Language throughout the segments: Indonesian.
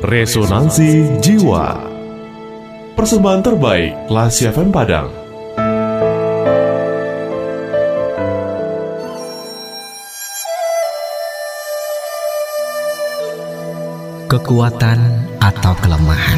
Resonansi Jiwa. Persembahan terbaik Lasi FM Padang. Kekuatan atau kelemahan.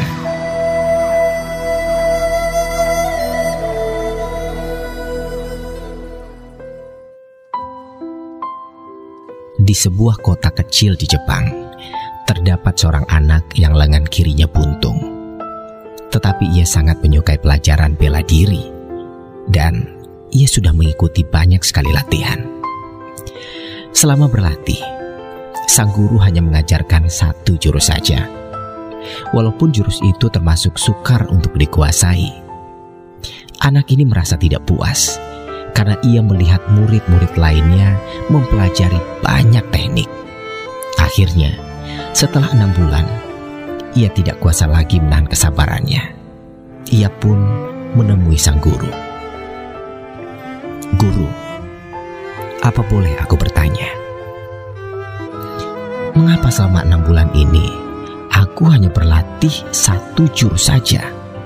Di sebuah kota kecil di Jepang, terdapat seorang anak yang lengan kirinya buntung. Tetapi ia sangat menyukai pelajaran bela diri, dan ia sudah mengikuti banyak sekali latihan. Selama berlatih, sang guru hanya mengajarkan satu jurus saja. Walaupun jurus itu termasuk sukar untuk dikuasai, anak ini merasa tidak puas karena ia melihat murid-murid lainnya mempelajari banyak teknik. Akhirnya, setelah 6 bulan, ia tidak kuasa lagi menahan kesabarannya. Ia pun menemui sang guru. "Guru, apa boleh aku bertanya? Mengapa selama 6 bulan ini aku hanya berlatih satu jurus saja?"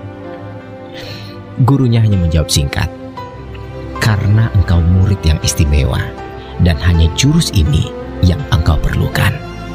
Gurunya hanya menjawab singkat, "Karena engkau murid yang istimewa dan hanya jurus ini yang engkau perlukan."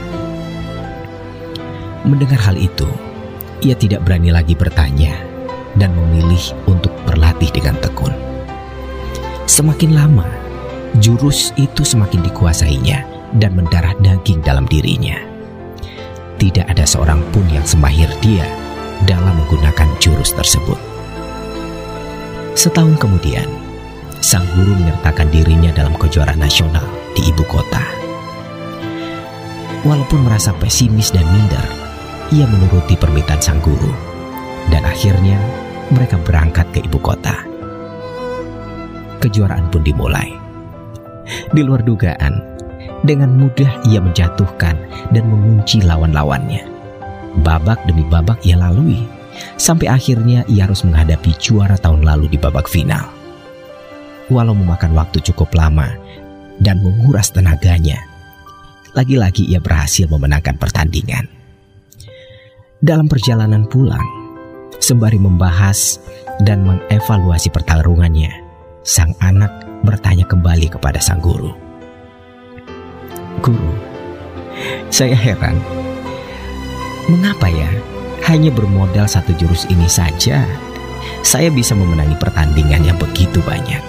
Mendengar hal itu, ia tidak berani lagi bertanya dan memilih untuk berlatih dengan tekun. Semakin lama, jurus itu semakin dikuasainya dan mendarah daging dalam dirinya. Tidak ada seorang pun yang semahir dia dalam menggunakan jurus tersebut. Setahun kemudian, sang guru menyertakan dirinya dalam kejuaraan nasional di ibu kota. Walaupun merasa pesimis dan minder, ia menuruti permintaan sang guru, dan akhirnya mereka berangkat ke ibu kota. Kejuaraan pun dimulai. Di luar dugaan, dengan mudah ia menjatuhkan dan mengunci lawan-lawannya. Babak demi babak ia lalui, sampai akhirnya ia harus menghadapi juara tahun lalu di babak final. Walau memakan waktu cukup lama dan menguras tenaganya, lagi-lagi ia berhasil memenangkan pertandingan. Dalam perjalanan pulang, sembari membahas dan mengevaluasi pertarungannya, sang anak bertanya kembali kepada sang guru. "Guru, saya heran, mengapa ya hanya bermodal satu jurus ini saja saya bisa memenangi pertandingan yang begitu banyak?"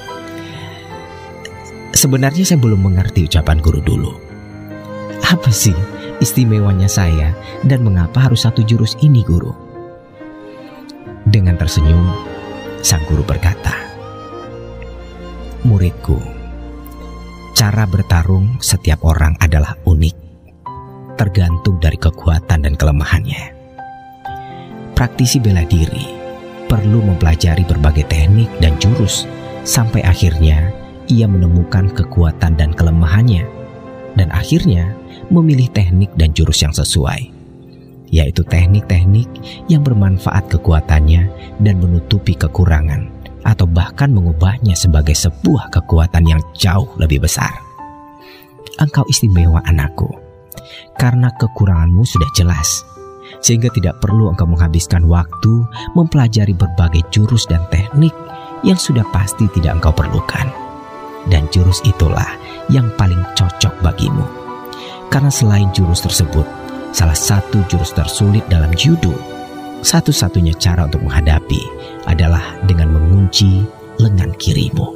Sebenarnya saya belum mengerti ucapan guru dulu. Apa sih istimewanya saya dan mengapa harus satu jurus ini, guru? Dengan tersenyum, sang guru berkata, "Muridku, cara bertarung setiap orang adalah unik, tergantung dari kekuatan dan kelemahannya. Praktisi bela diri perlu mempelajari berbagai teknik dan jurus sampai akhirnya ia menemukan kekuatan dan kelemahannya, dan akhirnya memilih teknik dan jurus yang sesuai, yaitu teknik-teknik yang bermanfaat kekuatannya dan menutupi kekurangan, atau bahkan mengubahnya sebagai sebuah kekuatan yang jauh lebih besar. Engkau istimewa, anakku, karena kekuranganmu sudah jelas, sehingga tidak perlu engkau menghabiskan waktu mempelajari berbagai jurus dan teknik yang sudah pasti tidak engkau perlukan. Dan jurus itulah yang paling cocok bagimu. Karena selain jurus tersebut, salah satu jurus tersulit dalam judo, satu-satunya cara untuk menghadapi adalah dengan mengunci lengan kirimu."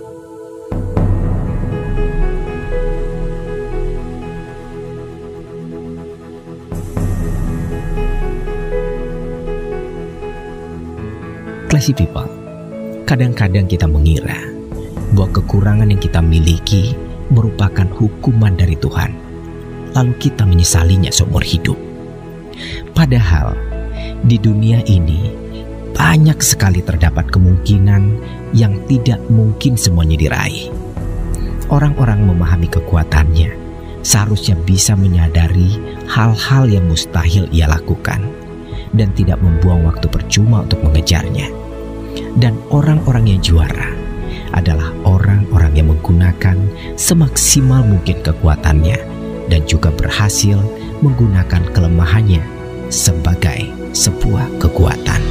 Classy people, kadang-kadang kita mengira bahwa kekurangan yang kita miliki merupakan hukuman dari Tuhan, lalu kita menyesalinya seumur hidup. Padahal di dunia ini banyak sekali terdapat kemungkinan yang tidak mungkin semuanya diraih. Orang-orang memahami kekuatannya seharusnya bisa menyadari hal-hal yang mustahil ia lakukan dan tidak membuang waktu percuma untuk mengejarnya. Dan orang-orang yang juara adalah orang-orang yang menggunakan semaksimal mungkin kekuatannya dan juga berhasil menggunakan kelemahannya sebagai sebuah kekuatan.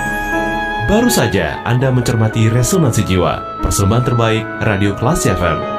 Baru saja Anda mencermati Resonansi Jiwa, persembahan terbaik Radio Klasik FM.